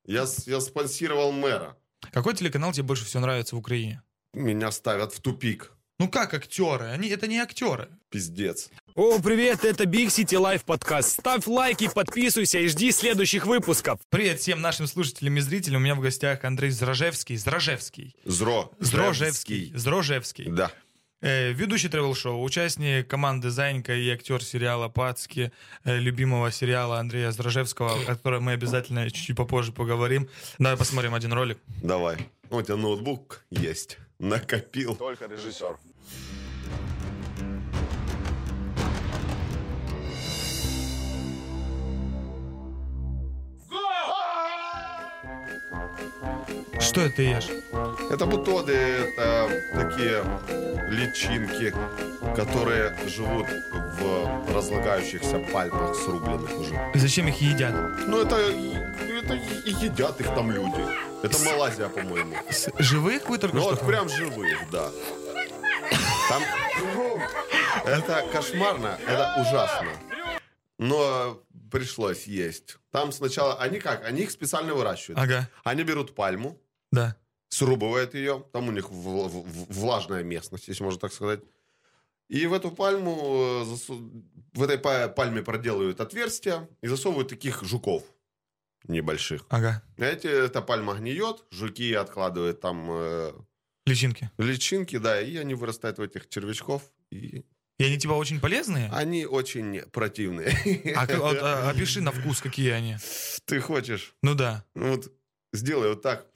Я спонсировал мэра. Какой телеканал тебе больше всего нравится в Украине? Меня ставят в тупик. Ну как актеры? Это не актеры. Пиздец. О, привет, это Big City Life подкаст. Ставь лайки, подписывайся и жди следующих выпусков. Привет всем нашим слушателям и зрителям. У меня в гостях Андрей Зражевский. Зражевский. Да. Ведущий тревел-шоу, участник команды «Занька» и актер сериала «Пацки», любимого сериала Андрея Зражевского, о котором мы обязательно чуть-чуть попозже поговорим. Давай посмотрим один ролик. Давай. У тебя ноутбук есть. Накопил. Только режиссер. Что это ты ешь? Это бутоны, это такие личинки, которые живут в разлагающихся пальмах срубленных уже. Зачем их едят? Ну, это и едят их там люди. Это Малайзия, по-моему. Живых вы только Ну, что? вот прям живых, да. Там... Это кошмарно, это ужасно. Но пришлось есть. Там сначала... Они их специально выращивают. Ага. Они берут пальму, Да. срубывают ее. Там у них влажная местность, если можно так сказать. И в эту пальму... В этой пальме проделывают отверстия и засовывают таких жуков небольших. Ага. Эта пальма гниет, жуки откладывают там... Личинки, да, и они вырастают в этих червячков. И они типа очень полезные? Они очень противные. Опиши на вкус, какие они. Ты хочешь? Ну да. Вот сделай вот так.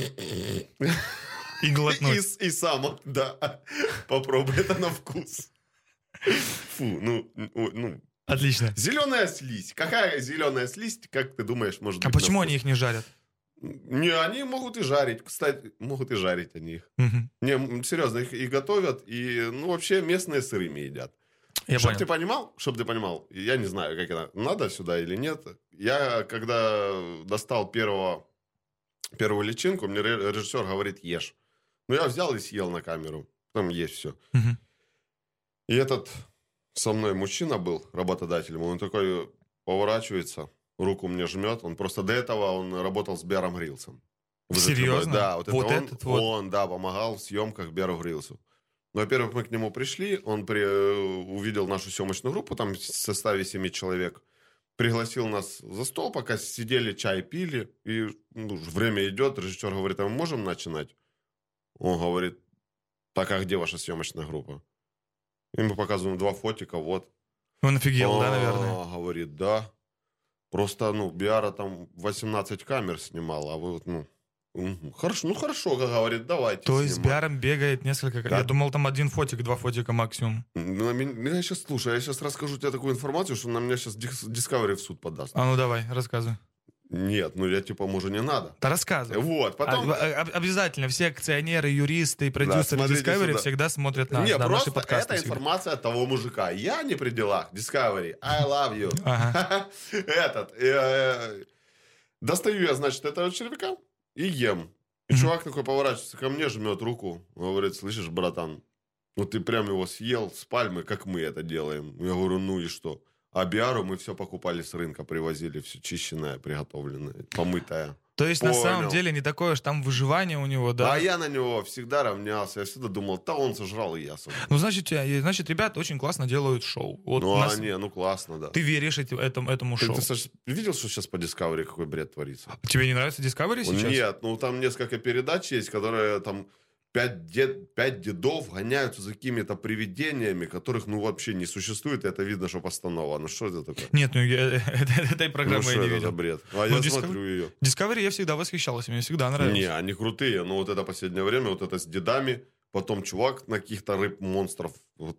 И глотнуть. И сам, да. Попробуй это на вкус. Фу, ну. Отлично. Зеленая слизь. Какая зеленая слизь, как ты думаешь, может быть? А почему они их не жарят? Не, они могут и жарить. Кстати, могут и жарить они их. Угу. Не, серьезно, их и готовят, и, вообще местные сырыми едят. Чтобы ты понимал, я не знаю, как это, надо сюда или нет. Я, когда достал первую личинку, мне режиссер говорит, ешь. Ну, я взял и съел на камеру. Там есть все. Угу. И этот со мной мужчина был, работодателем, он такой поворачивается, руку мне жмет. Он просто до этого он работал с Беаром Гриллсом. Серьезно? Да, вот это вот. Он, да, помогал в съемках Беару Гриллсу. Но, во-первых, мы к нему пришли, он увидел нашу съемочную группу, там в составе 7 человек, пригласил нас за стол, пока сидели, чай пили, и время идет, режиссер говорит, а мы можем начинать? Он говорит, так, а где ваша съемочная группа? И мы показываем 2 фотика, вот. Он офигел, да, наверное? Говорит, да. Просто, Биара там 18 камер снимал, а вы вот, хорошо, как говорит, давайте. То есть с Биаром бегает несколько... Да. Я думал, там 1 фотик, 2 фотика максимум. Я сейчас расскажу тебе такую информацию, что на меня сейчас Discovery в суд подаст. А ну давай, рассказывай. Нет, я может не надо. Да рассказывай. Вот, потом... Обязательно все акционеры, юристы и продюсеры Discovery всегда смотрят наши подкасты. Нет, просто это информация от того мужика. Я не при делах. Discovery, I love you. Ага. Достаю я, значит, этого червяка и ем. И чувак такой поворачивается ко мне, жмет руку, говорит, слышишь, братан, ты прям его съел с пальмы, как мы это делаем. Я говорю, ну и что? А Биару мы все покупали с рынка, привозили, все чищенное, приготовленное, помытое. То есть, на самом деле, не такое уж там выживание у него, да? А я на него всегда равнялся, я всегда думал, он сожрал, и я сожрал. Значит, ребята очень классно делают шоу. Вот классно, да. Ты веришь этому шоу? Ты видел, что сейчас по Discovery какой бред творится? Тебе не нравится Discovery сейчас? Нет, там несколько передач есть, которые там 5 дедов гоняются за какими-то привидениями, которых, вообще не существует, и это видно, что постанова. Ну, что это такое? Нет, этой программы я не видел. Это бред? Я смотрю ее. Discovery я всегда восхищался, мне всегда нравилось. Не, они крутые, но это последнее время, это с дедами, потом чувак на каких-то рыб-монстров.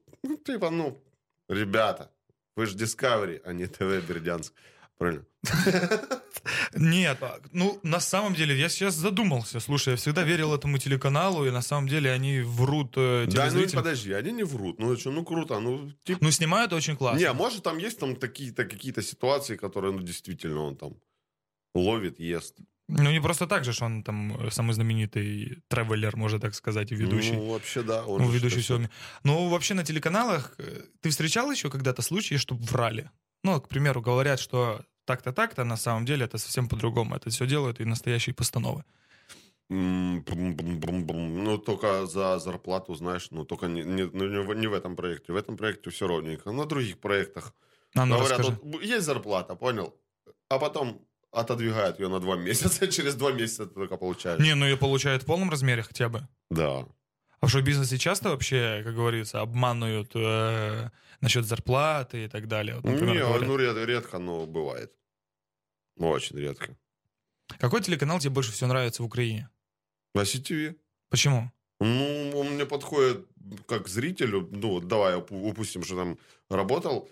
Ребята, вы же Discovery, а не ТВ Бердянск. Правильно? Нет, на самом деле, я сейчас задумался. Слушай, я всегда верил этому телеканалу, и на самом деле они врут телезрителям. Да, подожди, они не врут. Круто. Снимают очень классно. Не, может, там есть какие-то ситуации, которые, действительно, он там ловит, ест. Не просто так же, что он там самый знаменитый тревелер, можно так сказать, и ведущий. Вообще, да. Ведущий все. Вообще на телеканалах ты встречал еще когда-то случаи, чтобы врали? К примеру, говорят, что так-то, так-то, на самом деле это совсем по-другому. Это все делают и настоящие постановы. Ну, только за зарплату, знаешь, ну, только не в этом проекте. В этом проекте все ровненько. На других проектах говорят, Расскажи. вот есть зарплата, понял? А потом отодвигают ее на 2 месяца. Через 2 месяца ты только получаешь. Не, ну ее получают в полном размере хотя бы. Да. А в шоу-бизнесе часто вообще, как говорится, обманывают насчет зарплаты и так далее? Вот, например, Не, говорят. ну редко, но бывает. Очень редко. Какой телеканал тебе больше всего нравится в Украине? На CTV. Почему? Ну, он мне подходит как зрителю. Ну, вот давай упустим, что там работал.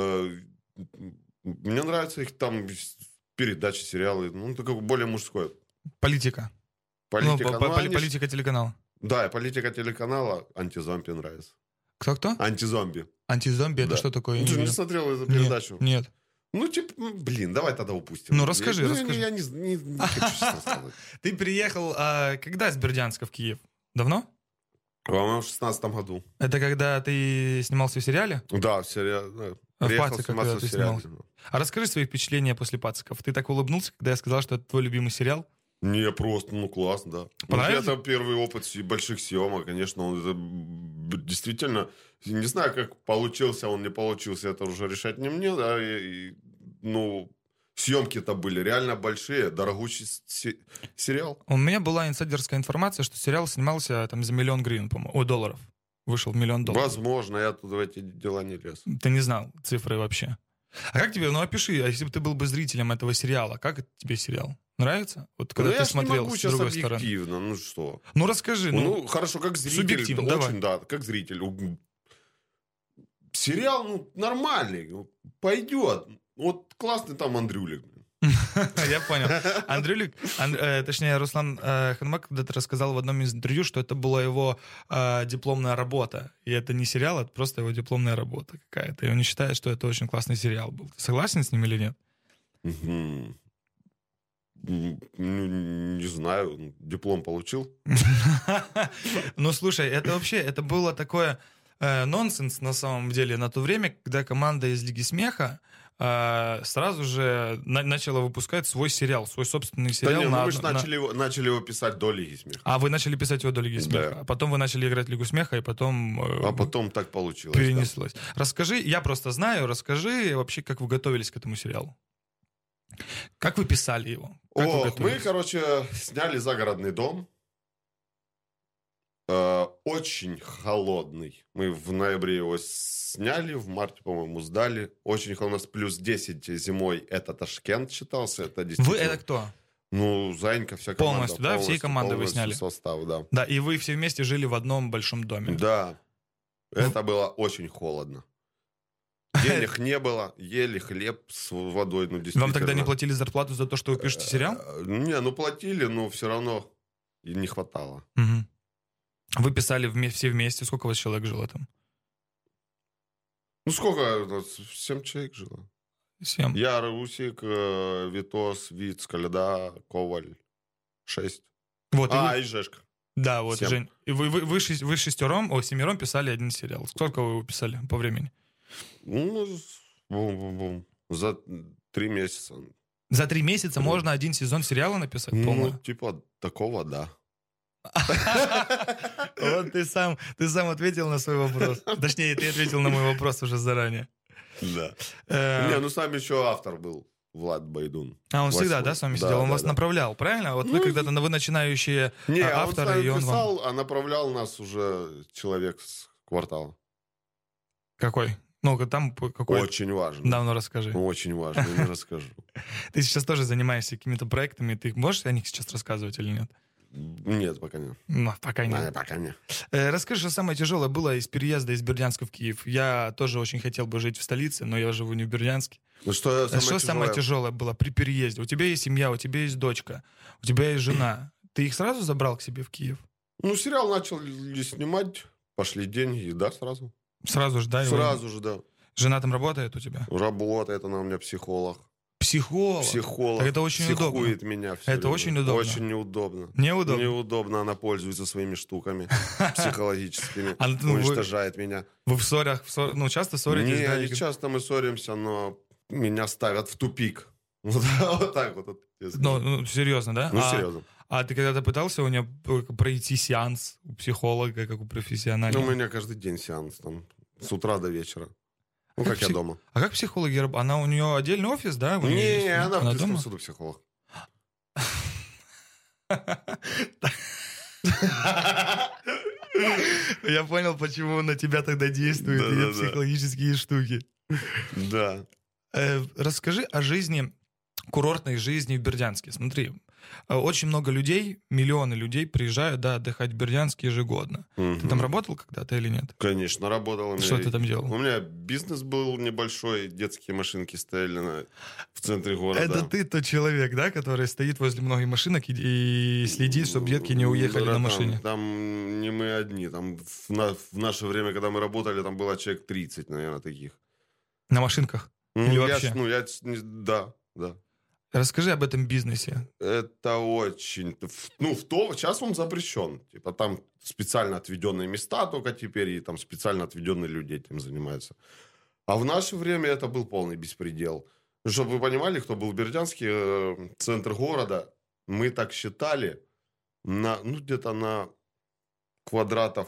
Мне нравятся их там передачи, сериалы. Ну, такое более мужское. Политика. Политика. Ну, политика телеканала. Да, и политика телеканала «Антизомби» нравится. Кто-кто? «Антизомби». Антизомби? Это Да. что такое? Я Ты же не видел. смотрел эту передачу? Нет. Ну, типа, блин, давай тогда упустим. Ну, расскажи, расскажи. Я не хочу сейчас рассказывать. Ты приехал когда из Бердянска в Киев? Давно? По-моему, в 16-м году. Это когда ты снимался в сериале? Да, в сериале. В Приехал «Пациках», сниматься когда в ты сериале. снимался. А расскажи свои впечатления после «Пациков». Ты так улыбнулся, когда я сказал, что это твой любимый сериал? Не, просто, ну, классно, да. Понравилось? Это первый опыт больших съемок, конечно. Он это действительно... Не знаю, как получился он, не получился, это уже решать не мне, да. Ну, съемки-то были реально большие, дорогущий сериал. У меня была инсайдерская информация, что сериал снимался там за $1 000 000 гривен, по-моему. Долларов. Вышел $1 000 000. Возможно, я тут в эти дела не лез. Ты не знал цифры вообще. А как тебе, ну опиши, а если бы ты был бы зрителем этого сериала, как тебе сериал? Нравится? Вот когда Ну, ты я ж не смотрел могу с сейчас другой стороны. объективно, ну что. Ну расскажи, Ну, хорошо, как зритель. субъективно, да, давай. очень, да, как зритель. Сериал, ну, нормальный, ну, пойдет. Вот классный там Андрюлик. Я понял. Андрюлик, точнее, Руслан Ханмак когда-то рассказал в одном из интервью, что это была его дипломная работа. И это не сериал, это просто его дипломная работа какая-то. И он не считает, что это очень классный сериал был. Ты согласен с ним или нет? Ну, не знаю, диплом получил. Ну, слушай, это вообще, это было такое нонсенс на самом деле на то время, когда команда из Лиги Смеха сразу же начала выпускать свой сериал, свой собственный сериал. Да не, мы же начали его писать до Лиги Смеха. А вы начали писать его до Лиги Смеха, Да. а потом вы начали играть в Лигу Смеха, и потом... А потом так получилось. перенеслось. Расскажи, я просто знаю, расскажи вообще, как вы готовились к этому сериалу. Как вы писали его? Как вы Мы, готовились? короче, сняли «Загородный дом». Очень холодный. Мы в ноябре его сняли, в марте, по-моему, сдали. Очень холодно. У нас плюс 10 зимой. Это Ташкент считался. Это Вы действительно... это кто? Ну, Занька, вся команда. Полностью, да? Всей командой вы полностью сняли? состав, да. Да, и вы все вместе жили в одном большом доме. Да. Это было очень холодно. Денег не было, ели хлеб с водой, ну, действительно. Вам тогда не платили зарплату за то, что вы пишете сериал? Не, ну, платили, но все равно и не хватало. Мгм. Вы писали все вместе. Сколько у вас человек жило там? Ну, сколько? 7 человек жило. 7. Я, Русик, Витос, Виц, Коляда, Коваль. 6. Вот, и вы- И Жешка. да, вот, 7. Жень. И вы семером писали один сериал. Сколько вы его писали по времени? Ну, бум-бум-бум. За 3 месяца. За 3 месяца можно один сезон сериала написать Ну, полный? типа, такого, да. Вот ты сам ответил на свой вопрос. Точнее, ты ответил на мой вопрос уже заранее. Да. Э, Не, ну, с нами еще автор был, Влад Байдун. А он всегда, 8. да, с вами Да, сидел? Он да, вас да. направлял, правильно? Вот вы Ну, когда-то вы начинающие Не, он с авторы, нами и он вам... писал, а направлял нас уже человек с квартала. Какой? Ну, там какой? Очень важно. Давно расскажи. Очень важно, не расскажу. Ты сейчас тоже занимаешься какими-то проектами, ты можешь о них сейчас рассказывать или нет? Нет, пока нет. Ну, пока нет. Пока нет. Расскажи, что самое тяжелое было из переезда из Бердянска в Киев. Я тоже очень хотел бы жить в столице, но я живу не в Бердянске. Ну, что Что самое самое тяжелое было при переезде? У тебя есть семья, у тебя есть дочка, у тебя есть жена. Ты их сразу забрал к себе в Киев? Ну, сериал начали снимать, пошли деньги, да, сразу. Сразу же, да? Сразу же, да. Жена там работает у тебя? Работает она у меня психолог. Психолог? Психолог. Так это очень психует удобно. меня всё Это время. очень удобно. Очень неудобно. Неудобно? Неудобно, она пользуется своими штуками психологическими. А, ну, вы- Уничтожает меня. Вы в ссорах, ну, часто ссоритесь, да? Не или- часто мы ссоримся, но меня ставят в тупик. Вот так вот. Ну, серьезно, да? Ну, серьезно. А ты когда-то пытался у него пройти сеанс у психолога, как у профессионального? Ну, у меня каждый день сеанс там, с утра до вечера. Ну, как я дома. А как психологи работают? Она у нее отдельный офис, да? Не, она в Тульском суду психолог. Я понял, почему на тебя тогда действуют эти психологические штуки. Да. Расскажи о жизни, курортной жизни в Бердянске. Смотри, очень много людей, миллионы людей приезжают, да, отдыхать в Бердянск ежегодно. Ты там работал когда-то или нет? Конечно, работал. Что ты там делал? У меня бизнес был небольшой, детские машинки стояли в центре города. Это ты тот человек, да, который стоит возле многих машинок и следит, чтобы детки не уехали на машине? Там не мы одни. Там в наше время, когда мы работали, там было человек 30, наверное, таких. На машинках? Или вообще? Да. Расскажи об этом бизнесе. Это очень... сейчас он запрещен. Типа там специально отведенные места только теперь, и там специально отведенные люди этим занимаются. А в наше время это был полный беспредел. Чтобы вы понимали, кто был в Бердянске, центр города, мы так считали, где-то на квадратов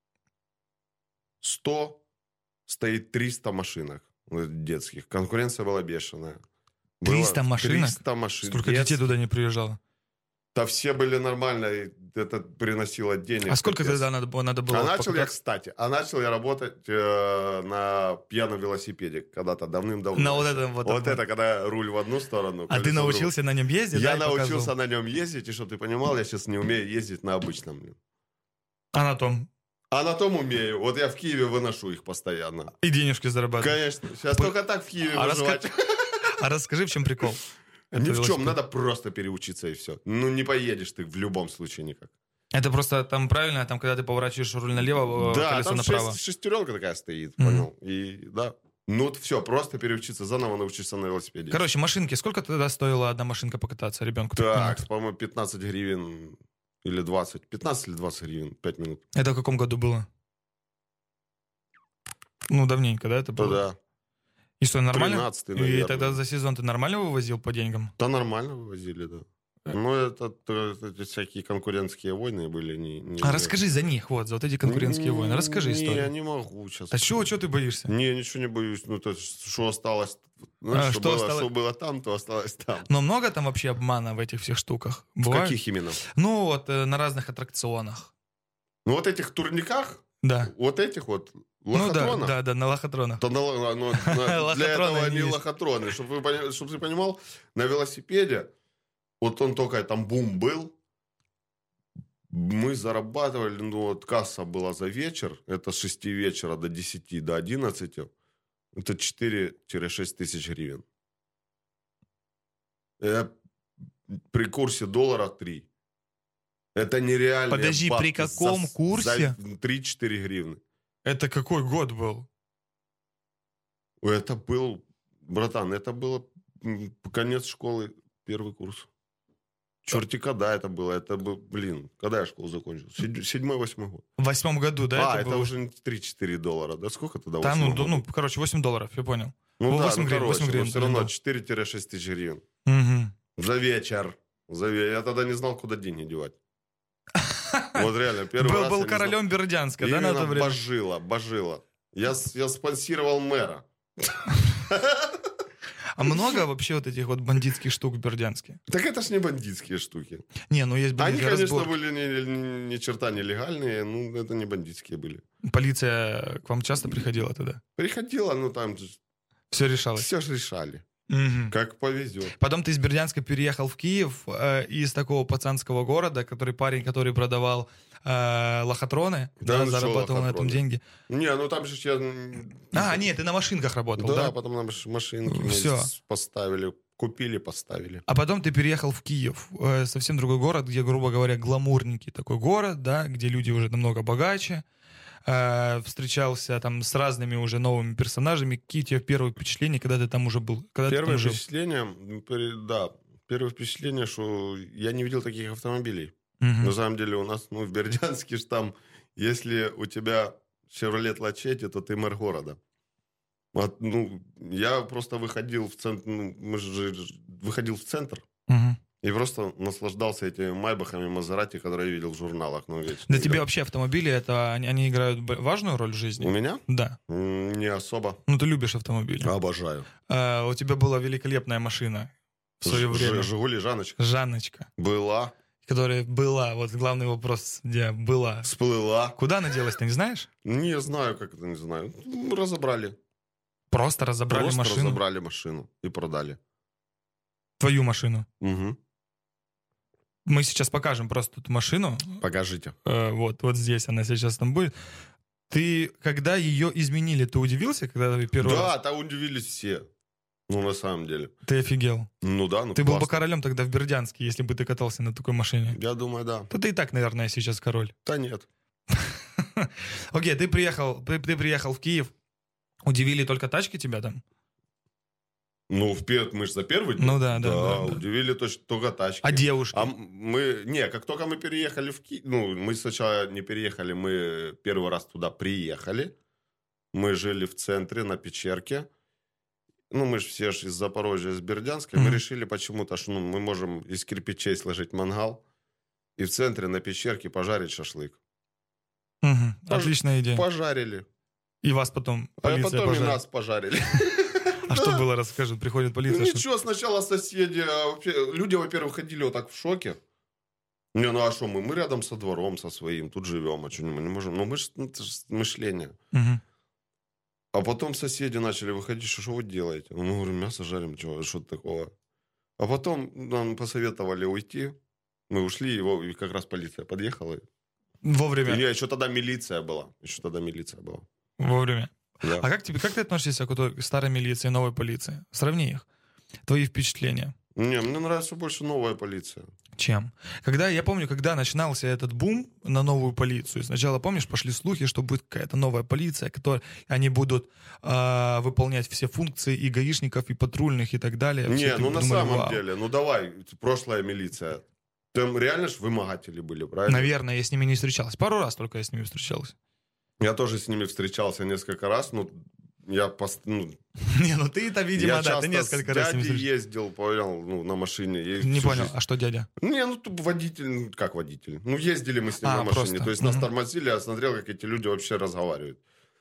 100 стоит 300 машинок детских. Конкуренция была бешеная. 300 машинок? 300 машин. Сколько детей туда не приезжало? Да все были нормально, и это приносило денег. А сколько тогда надо было начал я работать на пьяном велосипеде когда-то давным-давно. На вот этом вот. Вот это, когда руль в одну сторону. А ты научился на нем ездить? Я научился на нем ездить, и чтобы ты понимал, я сейчас не умею ездить на обычном. А на том? А на том умею. Вот я в Киеве выношу их постоянно. И денежки зарабатываю. Конечно. Сейчас только так в Киеве выживать. А расскажи, в чем прикол? Ни в чем, надо просто переучиться и все. Не поедешь ты в любом случае никак. Это просто там правильно, там когда ты поворачиваешь руль налево, колесо направо. Да, шестеренка такая стоит, понял? И да. Все, просто переучиться, заново научиться на велосипеде. Короче, машинки, сколько тогда стоила одна машинка покататься ребенку? Так, по-моему, 15 гривен или 20. 15 или 20 гривен, 5 минут. Это в каком году было? Давненько, да, это было? Да. И что, нормально? 13-й, наверное. И тогда за сезон ты нормально вывозил по деньгам? Да, нормально вывозили, да. Это всякие конкурентские войны были. Расскажи за них, за вот эти конкурентские войны. Расскажи историю. Не, я не могу сейчас. А чего ты боишься? Не, ничего не боюсь. Что осталось... Что было там, то осталось там. Но много там вообще обмана в этих всех штуках? В каких именно? На разных аттракционах. Вот этих турниках? Да. Вот этих вот лохотронах? Да, на лохотронах. Для этого не лохотроны. Чтобы ты понимал, на велосипеде, вот он только там бум был, мы зарабатывали, касса была за вечер, это с 6 вечера до 10, до 11, это 4-6 тысяч гривен. При курсе доллара 3. Это нереально. Подожди, при каком курсе? 3-4 гривны. Это какой год был? Это был, братан, это было конец школы, первый курс. Черти когда это было. Это был, когда я школу закончил? 7-8 год. В 8 году, да? Это уже не 3-4 доллара. Да сколько тогда? Да, $8, я понял. 8 гривен. Все равно 4-6 тысяч гривен. За вечер. Я тогда не знал, куда деньги девать. Вот реально, первый раз. Был королем Бердянска, да, на это время? Божила. Я спонсировал мэра. А много вообще вот этих вот бандитских штук в Бердянске? Так это ж не бандитские штуки. Есть бандитские. Они, конечно, были ни черта нелегальные, это не бандитские были. Полиция к вам часто приходила тогда? Приходила, там... Все решалось? Все же решали. Как повезет. Потом ты из Бердянска переехал в Киев, из такого пацанского города, парень, который продавал лохотроны, зарабатывал на этом деньги. Не, там же я... Нет, ты на машинках работал, да? Да, потом на машинки поставили, купили, поставили. А потом ты переехал в Киев, совсем другой город, где, грубо говоря, гламурненький такой город, да, где люди уже намного богаче. Встречался там с разными уже новыми персонажами. Какие у тебя первые впечатления, когда ты там уже был? Первое впечатление, что я не видел таких автомобилей. На самом деле у нас, в Бердянске, там, если у тебя Chevrolet Lachetti, то ты мэр города. Я просто выходил в центр, мы же выходил в центр Мгм. и просто наслаждался этими майбахами, Мазерати, которые я видел в журналах. Ну, Для тебя вообще автомобили, это они играют важную роль в У жизни? меня? Да. Не особо. Ну, ты любишь автомобили. Обожаю. У тебя была великолепная машина в свое время. «Жигули» Жанночка. Жанночка, Была, которая была, вот главный вопрос, где была. всплыла. Куда она делась, ты не знаешь? Не знаю, как это, не знаю. Разобрали. Просто разобрали Просто машину, разобрали машину и продали. твою машину. Угу. Мы сейчас покажем просто эту машину. Покажите. Вот здесь она сейчас там будет. Ты, когда ее изменили, ты удивился, когда ты первый раз? Да, там удивились все. Ну, на самом деле. Ты офигел. Ну да, ну Ты был бы классно. королем тогда в Бердянске, если бы ты катался на такой машине. Я думаю, да. То ты и так, наверное, сейчас король. Да нет. Окей, ты приехал в Киев. Удивили только тачки тебя там? Ну, мы же за первый день. Ну да. Удивили только тачки. А девушки? Как только мы переехали в Киев, ну, мы сначала не переехали, мы первый раз туда приехали. Мы жили в центре, на Печерке. Ну, мы же все из Запорожья, из Бердянска. Мы решили почему-то, что мы можем из кирпичей сложить мангал и в центре на Печерке пожарить шашлык. Мгм. Отличная идея. Пожарили. И вас потом А полиция потом и пожарила. нас пожарили. А что было, расскажи, приходит полиция? что- Ничего, сначала соседи, люди, во-первых, ходили вот так в шоке. Не, ну а что мы? Мы рядом со двором, со своим, тут живем, а что мы не можем? Ну мы же, это ж мышление. Мгм. А потом соседи начали выходить, что вы делаете? Мы говорим, мясо жарим, что такого? А потом нам посоветовали уйти. Мы ушли, и как раз полиция подъехала. Вовремя. И еще тогда милиция была. Вовремя. Да. А как ты относишься к той старой милиции, новой полиции? Сравни их. Твои впечатления. Не, мне нравится больше новая полиция. Чем? Я помню, когда начинался этот бум на новую полицию, сначала, помнишь, пошли слухи, что будет какая-то новая полиция, они будут выполнять все функции и гаишников, и патрульных, и так далее. Не, Все ну на думали, самом вау. деле, ну давай, прошлая милиция. Там реально ж вымогатели были, правильно? Наверное, я с ними не встречалась. Пару раз только я с ними встречалась. Я тоже с ними встречался несколько раз, но я Не, ну ты-то, видимо, я да, часто ты несколько раз с ними с дядей встречалась. ездил, понял, на машине. Не понял, а что дядя? Не, ну тут водитель, как водитель? Ну ездили мы с ним на машине, просто. то есть нас Мгм. тормозили, я смотрел, как эти люди вообще разговаривают.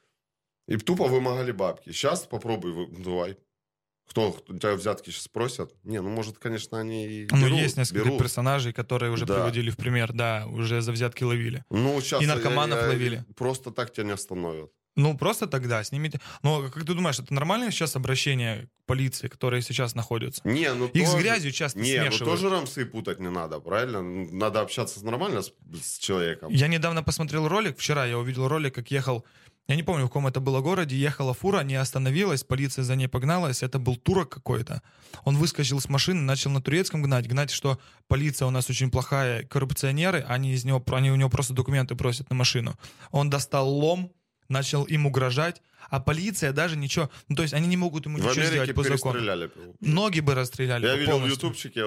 И тупо вымогали бабки. Сейчас попробуй, давай. Кто у тебя взятки сейчас просят? Не, ну может, конечно, они и Ну, берут, есть несколько берут. персонажей, которые уже Да. приводили в пример, да, уже за взятки ловили. Ну, сейчас И наркоманов ловили. Просто так тебя не остановят. Ну, просто тогда снимите. Но, как ты думаешь, это нормальное сейчас обращение к полиции, которые сейчас находятся? Не, ну Их с тоже- грязью часто Не, ну смешивают. тоже рамсы путать не надо, правильно? Надо общаться нормально с человеком. Я недавно посмотрел ролик, вчера я увидел ролик, как ехал, я не помню, в каком это было городе, ехала фура, не остановилась, полиция за ней погналась, это был турок какой-то. Он выскочил с машины, начал на турецком гнать, что полиция у нас очень плохая, коррупционеры, они у него просто документы просят на машину. Он достал лом, начал им угрожать, а полиция даже ничего... Ну, то есть они не могут ему В ничего Америке сделать по закону. перестреляли. Ноги бы расстреляли. Я бы видел в полностью. ютубчике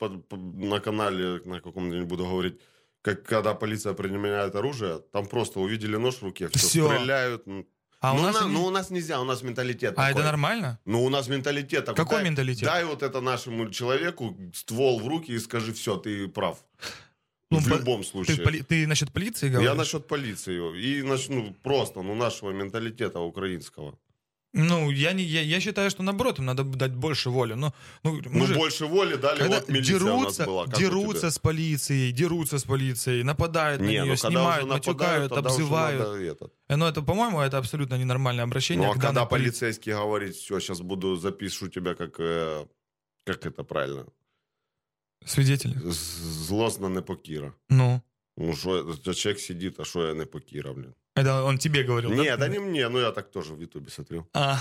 на канале, на каком-то, не буду говорить, как когда полиция применяет оружие, там просто увидели нож в руке, все, Всё. стреляют. А у ну, нас они- ну, у нас нельзя, у нас менталитет А такой. это нормально? Ну, у нас менталитет такой. Какой менталитет? Дай вот это нашему человеку ствол в руки и скажи, все, ты прав. Ну, в по- любом случае. Ты насчет полиции говоришь? Я насчет полиции. И просто нашего менталитета украинского. Ну, я считаю, что наоборот, им надо дать больше воли. Ну, Ну, больше воли дали, когда вот милиция у нас была. Как у тебя? дерутся с полицией, нападают на Не, нее, ну когда снимают, уже нападают, матюкают, тогда уже обзывают. надо этот. Ну, это, по-моему, это абсолютно ненормальное обращение. Ну, а к когда данной полиции. полицейский говорит, все, сейчас запишу тебя как это правильно? Свидетели. Злостно непокіра. Ну, Ну, что это человек сидит, а что я непокіра, блин? это он тебе говорил, да? Нет, да не мне, ну я так тоже в ютубе смотрю.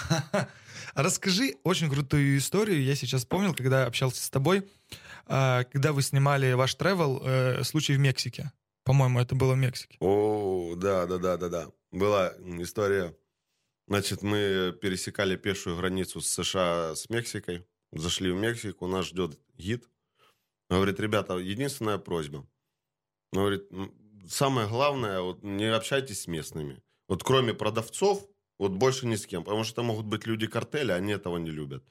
Расскажи очень крутую историю. Я сейчас вспомнил, когда общался с тобой, когда вы снимали ваш тревел, случай в Мексике. По-моему, это было в Мексике. О, да. Была история. Значит, мы пересекали пешую границу с США с Мексикой. Зашли в Мексику, нас ждет гид. Говорит, ребята, единственная просьба. Говорит, самое главное, вот не общайтесь с местными. Вот кроме продавцов, вот больше ни с кем. Потому что это могут быть люди картеля, они этого не любят.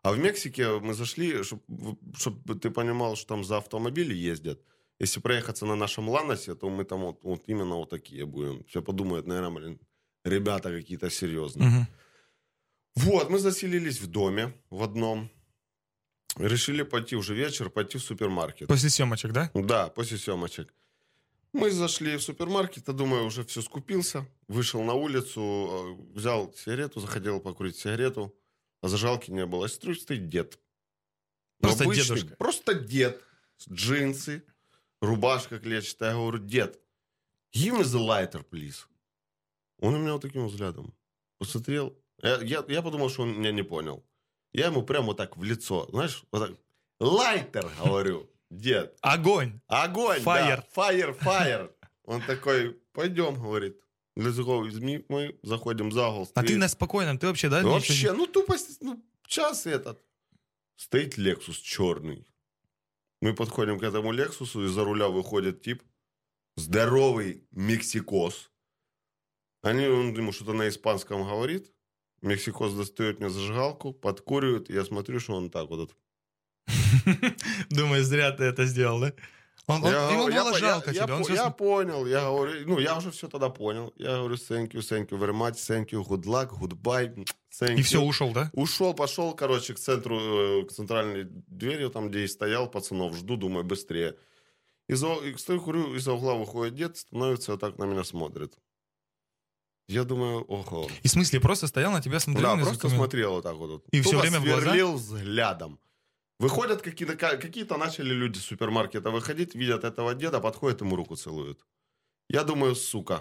А в Мексике мы зашли, чтобы ты понимал, что там за автомобили ездят. Если проехаться на нашем Ланосе, то мы там вот именно вот такие будем. Все подумают, наверное, блин, ребята какие-то серьезные. Мгм. Вот, мы заселились в доме в одном. Решили пойти уже вечер, пойти в супермаркет. После съемочек, да? Да, после съемочек. Мы зашли в супермаркет, я думаю, уже все скупился. Вышел на улицу, взял сигарету, захотел покурить сигарету. А зажигалки не было. Смотрю, стоит дед. Просто Обычный, дедушка. Просто дед. Джинсы, рубашка клетчатая. Я говорю, дед, give me the lighter, please. Он на меня вот таким взглядом посмотрел. Я подумал, что он меня не понял. Я ему прямо вот так в лицо, знаешь, вот так, лайтер, говорю, дед. Огонь! Огонь, Fire. да, fire. Он такой, пойдем, говорит. Let's go with me. Мы заходим за угол. А ты на спокойном, ты вообще, да? Ну, ничего вообще, ну, тупо, ну, час этот. Стоит Lexus черный. Мы подходим к этому Лексусу, из-за руля выходит тип. Здоровый мексикос. Он ему что-то на испанском говорит. Мексикос достает мне зажигалку, подкуривает. Я смотрю, что он так вот. Думаю, зря ты это сделал, да? Ему было жалко тебя. Я понял, я говорю, ну, я уже все тогда понял. Я говорю, thank you very much, thank you, good luck, goodbye, thank you. И все, ушел, да? Ушел, пошел, короче, к центру, к центральной двери, там, где и стоял, пацанов жду, думаю, быстрее. Стою, курю, из-за угла выходит дед, становится, вот так на меня смотрит. Я думаю, ого. И в смысле, просто стоял на тебя, смотрел? Да, просто смотрел вот так вот. И все время в глаза? Сверлил взглядом. Выходят какие-то начали люди с супермаркета выходить, видят этого деда, подходят, ему руку целуют. Я думаю, сука.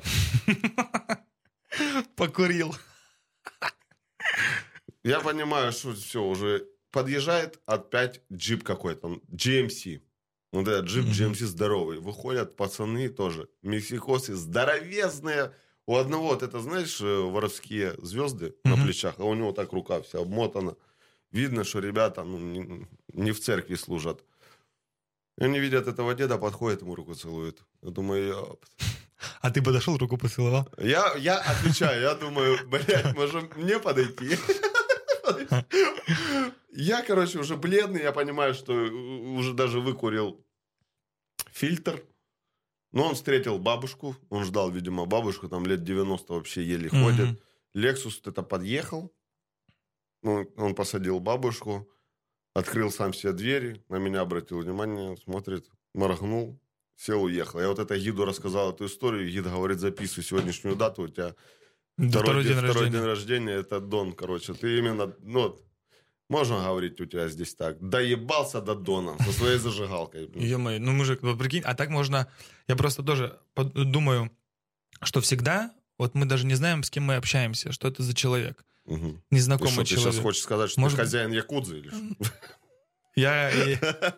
Покурил. Я понимаю, что все, уже подъезжает опять джип какой-то, GMC. Вот этот джип GMC здоровый. Выходят пацаны тоже, мексикосы здоровезные. У одного, вот это, знаешь, воровские звезды на плечах, а у него так рука вся обмотана. Видно, что ребята не в церкви служат. И они видят этого деда, подходят, ему руку целуют. Я думаю, А ты подошел, руку поцеловал? Я отвечаю, я думаю, блядь, может мне подойти? Я, короче, уже бледный, я понимаю, что уже даже выкурил фильтр. Но он встретил бабушку, он ждал, видимо, бабушку, там лет 90 вообще еле ходит. Лексус это подъехал, он посадил бабушку, открыл сам себе двери, на меня обратил внимание, смотрит, моргнул, сел, уехал. Я вот это гиду рассказал эту историю, гид говорит, записывай сегодняшнюю дату, у тебя второй день рождения, это Дон, короче. Ты именно, можно говорить у тебя здесь так, доебался до Дона со своей зажигалкой. Ё-моё, ну мужик, прикинь, а так можно, я просто тоже думаю, что всегда, вот мы даже не знаем, с кем мы общаемся, что это за человек. Угу. Незнакомый ты человек. Ты сейчас хочешь сказать, что ты хозяин якудзы или что?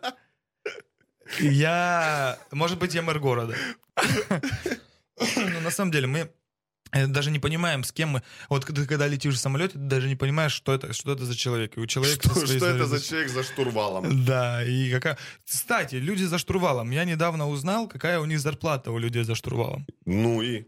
Я, может быть, я мэр города. Но на самом деле мы даже не понимаем, с кем мы... Вот когда летишь в самолете, ты даже не понимаешь, что это за человек. И у человека что это за человек за штурвалом. Да, и какая... Кстати, люди за штурвалом. Я недавно узнал, какая у них зарплата у людей за штурвалом. Ну и?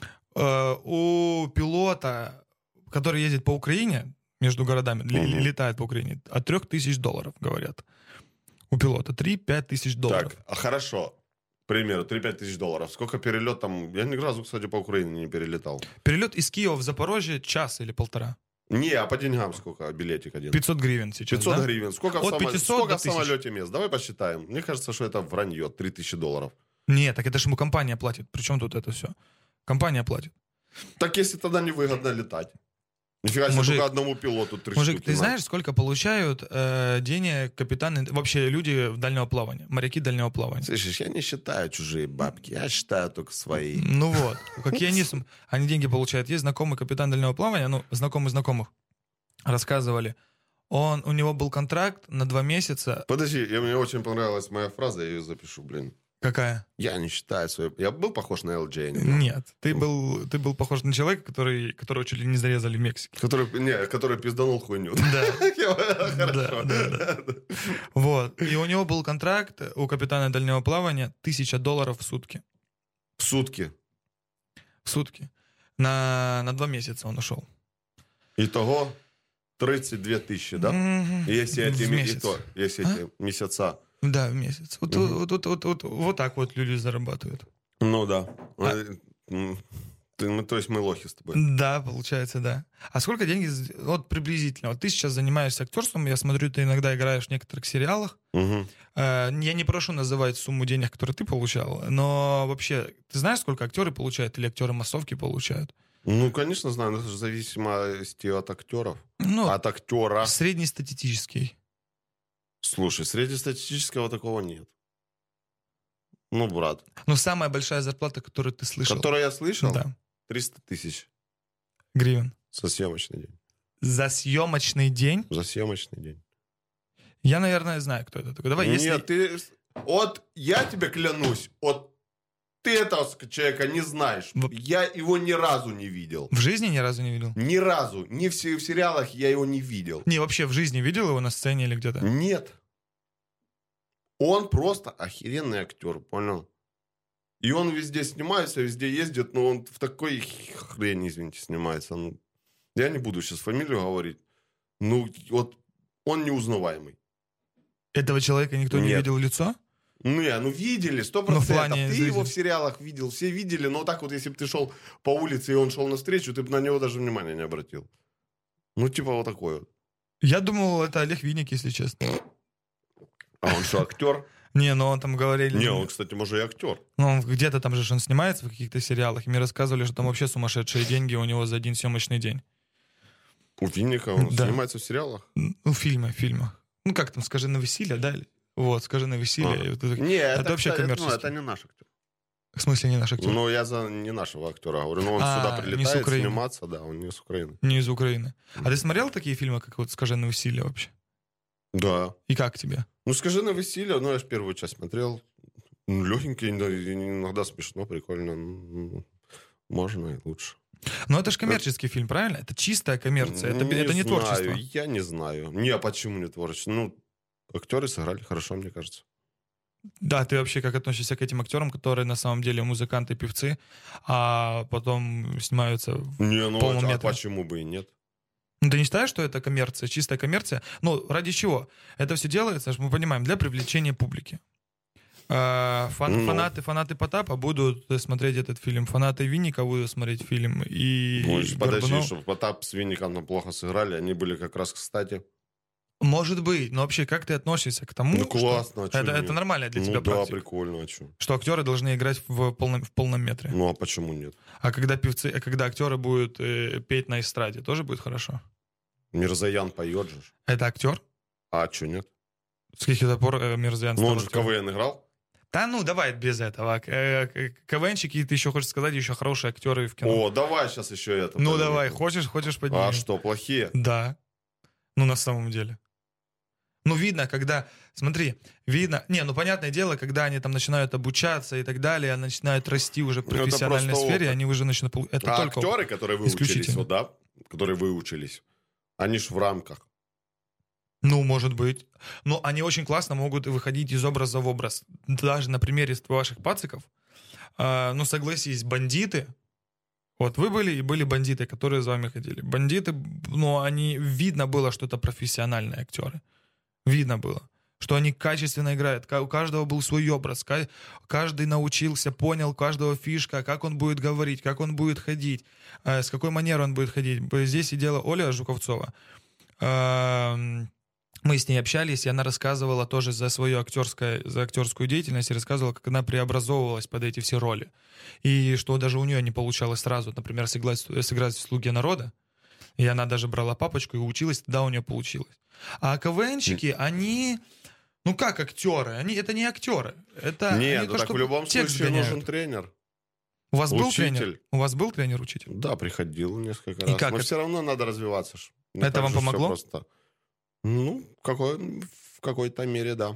У пилота, который ездит по Украине, между городами, летает по Украине, от $3000, говорят. У пилота 3-5 тысяч долларов. Так, а хорошо. К примеру, 3-5 тысяч долларов. Сколько перелет там? Я ни разу, кстати, по Украине не перелетал. Перелет из Киева в Запорожье час или полтора. Не, а по деньгам сколько билетик один? 500 гривен сейчас, 500 да? гривен. Сколько От в самолете мест? Давай посчитаем. Мне кажется, что это вранье. $3000. Нет, так это же ему компания платит. Причем тут это все? Компания платит. Так если тогда невыгодно летать. Нифига себе, только одному пилоту 3 мужик, штуки. Ты знаешь, сколько получают денег капитаны, вообще люди дальнего плавания, моряки дальнего плавания? Слышишь, я не считаю чужие бабки, я считаю только свои. Ну вот, какие они деньги получают. Есть знакомый капитан дальнего плавания, знакомый знакомых, рассказывали. У него был контракт на 2 месяца. Подожди, мне очень понравилась моя фраза, я ее запишу, блин. Какая? Я не считаю свою... Я был похож на LJ? Нет, ты был похож на человека, которого чуть ли не зарезали в Мексике. Который пизданул хуйню. Да. Хорошо. Да. Вот. И у него был контракт у капитана дальнего плавания $1000 в сутки. В сутки? В сутки. На 2 месяца он ушел. Итого? 32 тысячи, да? Если В эти, месяц. если эти месяца. Да, в месяц. Вот так вот люди зарабатывают. Ну да. То есть мы лохи с тобой. Да, получается, да. А сколько денег, вот приблизительно, вот ты сейчас занимаешься актерством, я смотрю, ты иногда играешь в некоторых сериалах. Угу. Я не прошу называть сумму денег, которые ты получал, но вообще, ты знаешь, сколько актеры получают или актеры массовки получают? Ну, конечно, знаю, но это же в зависимости от актеров. Ну, От актера. среднестатистический. Слушай, среднестатистического такого нет. Ну, брат. Но самая большая зарплата, которую ты слышал. Которую я слышал? Да. 300 тысяч Гривен. за съемочный день. За съемочный день? За съемочный день. Я, наверное, знаю, кто это такой. Давай, Нет, если... ты... Вот я тебе клянусь, вот ты этого человека не знаешь. Я его ни разу не видел. В жизни ни разу не видел? Ни разу. Ни в сериалах я его не видел. Не, вообще в жизни видел его на сцене или где-то? Нет. Он просто охеренный актер, понял? И он везде снимается, везде ездит, но он в такой хрени, извините, снимается. Ну, я не буду сейчас фамилию говорить. Ну, вот он неузнаваемый. Этого человека никто не Нет. видел лицо? Ну видели, 100%. Ну, в плане Ты зрителей. его в сериалах видел, все видели, но так вот, если бы ты шел по улице, и он шел навстречу, ты бы на него даже внимания не обратил. Ну, типа вот такой вот. Я думал, это Олег Винник, если честно. А он что, актер? Не, ну он там говорили... Не, он, кстати, может, и актер. Ну, он где-то там же он снимается в каких-то сериалах, и мне рассказывали, что там вообще сумасшедшие деньги у него за один съемочный день. У Винника он Да. снимается в сериалах? Ну, фильмах. Ну, как там, «Скажи на веселье», да? Вот, «Скажи на веселье». И вот это- Не, это вообще кстати, коммерческий. это не наш актер. В смысле, не наш актер? Ну, я за не нашего актера говорю. Но он А, сюда не с прилетает Украины. сниматься, да, он не с Украины. Не из Украины. А ты смотрел такие фильмы, как вот «Скажи на веселье» вообще? Да. И как тебе? Ну, скажи на веселье, ну, я же первую часть смотрел. Ну, легенький, иногда смешно, прикольно. Ну, можно и лучше. Но это же коммерческий фильм, правильно? Это чистая коммерция, это не знаю, творчество. Я не знаю. Не, а почему не творчество? Ну, актеры сыграли хорошо, мне кажется. Да, ты вообще как относишься к этим актерам, которые на самом деле музыканты, певцы, а потом снимаются в Не, ну, полном а метре? почему бы и нет? Ну, ты не считаешь, что это коммерция, чистая коммерция? Ну, ради чего? Это все делается, мы понимаем, для привлечения публики. Фанаты Потапа будут смотреть этот фильм, фанаты Винника будут смотреть фильм. И Подожди, Горбунов... чтобы Потап с Винником там плохо сыграли, они были как раз кстати. Может быть, но вообще как ты относишься к тому, Ну, классно, а что чё нет? это нормальная для тебя Ну, да, практика? прикольно, а что? Что актеры должны играть в полном метре. Ну, а почему нет? А когда актеры будут петь на эстраде, тоже будет хорошо? Мирзаян поет же. Это актер? А что нет? С каких это пор Мирзаян Ну, стал он же в актером? КВН играл. Да ну, давай без этого. КВНщики, ты еще хочешь сказать, еще хорошие актеры в кино. О, давай сейчас еще это. Ну поднимем. давай, хочешь поднимем? А что, плохие? Да. Ну на самом деле. Ну видно, когда, смотри, видно, не, ну понятное дело, когда они там начинают обучаться и так далее, начинают расти уже в Ну, это профессиональной просто сфере, опыт. они уже начинают... Это А только опыт. актеры, которые выучились, Исключительно. вот, да, которые выучились, они ж в рамках. Ну, может быть. Но они очень классно могут выходить из образа в образ. Даже на примере ваших пациков. Ну, согласись, бандиты. Вот вы были и были бандиты, которые с вами ходили. Бандиты, ну, они... Видно было, что это профессиональные актеры. Видно было. Что они качественно играют. У каждого был свой образ. Каждый научился, понял у каждого фишка, как он будет говорить, как он будет ходить, с какой манерой он будет ходить. Здесь сидела Оля Жуковцова. Мы с ней общались, и она рассказывала тоже за свою актерскую деятельность, и рассказывала, как она преобразовывалась под эти все роли. И что даже у нее не получалось сразу, например, сыграть в «Слуге народа», и она даже брала папочку и училась, тогда у нее получилось. А КВНщики, они... Ну как актеры? Это не актеры. Это Нет, они ну то, так что в любом текст случае гоняют. нужен тренер. У вас был учитель. тренер? У вас был тренер-учитель? Да, приходил несколько И раз. как Но это? все равно надо развиваться. Не Это так вам же всё помогло? просто. Ну, в какой-то мере, да.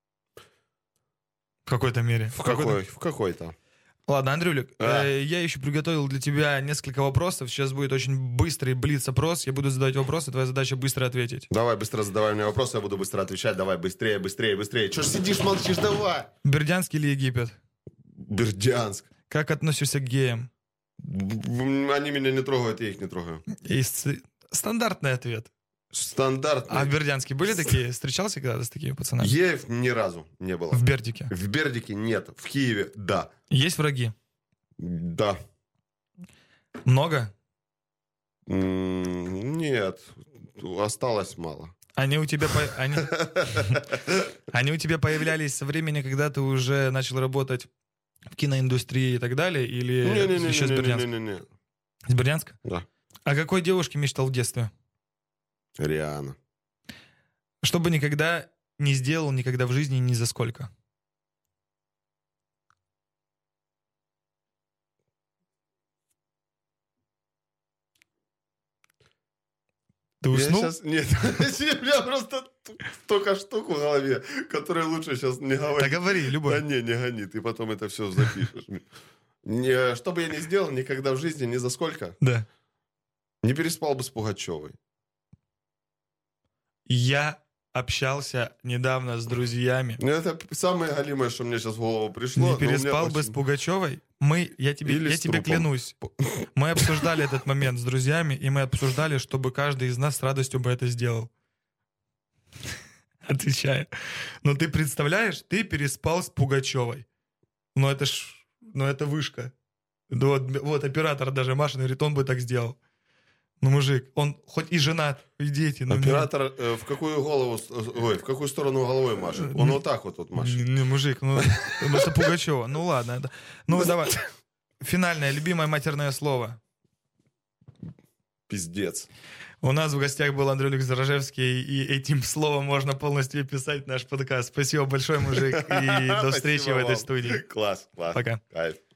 В какой-то мере. В какой-то. Ладно, Андрюлик, Да. я еще приготовил для тебя несколько вопросов. Сейчас будет очень быстрый блиц-опрос. Я буду задавать вопросы, твоя задача быстро ответить. Давай быстро задавай мне вопросы, я буду быстро отвечать. Давай, быстрее. Чё ж сидишь, молчишь, давай. Бердянск или Египет? Бердянск. Как относишься к геям? Они меня не трогают, я их не трогаю. Стандартный ответ. Стандартный. А в Бердянске были такие? Встречался когда-то с такими пацанами? Еев ни разу не было. В Бердике? В Бердике нет. В Киеве да. Есть враги? Да. Много? Нет. Осталось мало. Они у тебя они у тебя появлялись со времени, когда ты уже начал работать в киноиндустрии и так далее? Или еще с Бердянска? Не-не-не. С Бердянска? Да. О какой девушке мечтал в детстве? Риана. Что бы никогда не сделал, никогда в жизни, ни за сколько? Ты уснул? Я сейчас... Нет, у меня просто столько штук в голове, которые лучше сейчас не Да говорить. говори, Да любой. не гони, ты потом это все запишешь. Что бы я ни сделал, никогда в жизни, ни за сколько, Да. не переспал бы с Пугачевой. Я общался недавно с друзьями. Ну, это самое галимое, что мне сейчас в голову пришло. Не но у меня переспал бы очень- с Пугачевой. Я Или тебе с трупом. клянусь. Мы обсуждали этот момент с друзьями, и мы обсуждали, чтобы каждый из нас с радостью бы это сделал. Отвечаю. Но ты представляешь, ты переспал с Пугачевой. Ну это вышка. Вот оператор даже Маша говорит, он бы так сделал. Ну, мужик, он хоть и женат, и дети. Но Оператор в какую голову, в какую сторону головой машет? Он вот так вот машет. Не, мужик, ну это Пугачева. Ну ладно. Ну давай. Финальное, любимое матерное слово. Пиздец. У нас в гостях был Андрюлик Зарожевский, и этим словом можно полностью описать наш подкаст. Спасибо большое, мужик, и до встречи в Спасибо этой вам. студии. Класс. Пока. Кайф.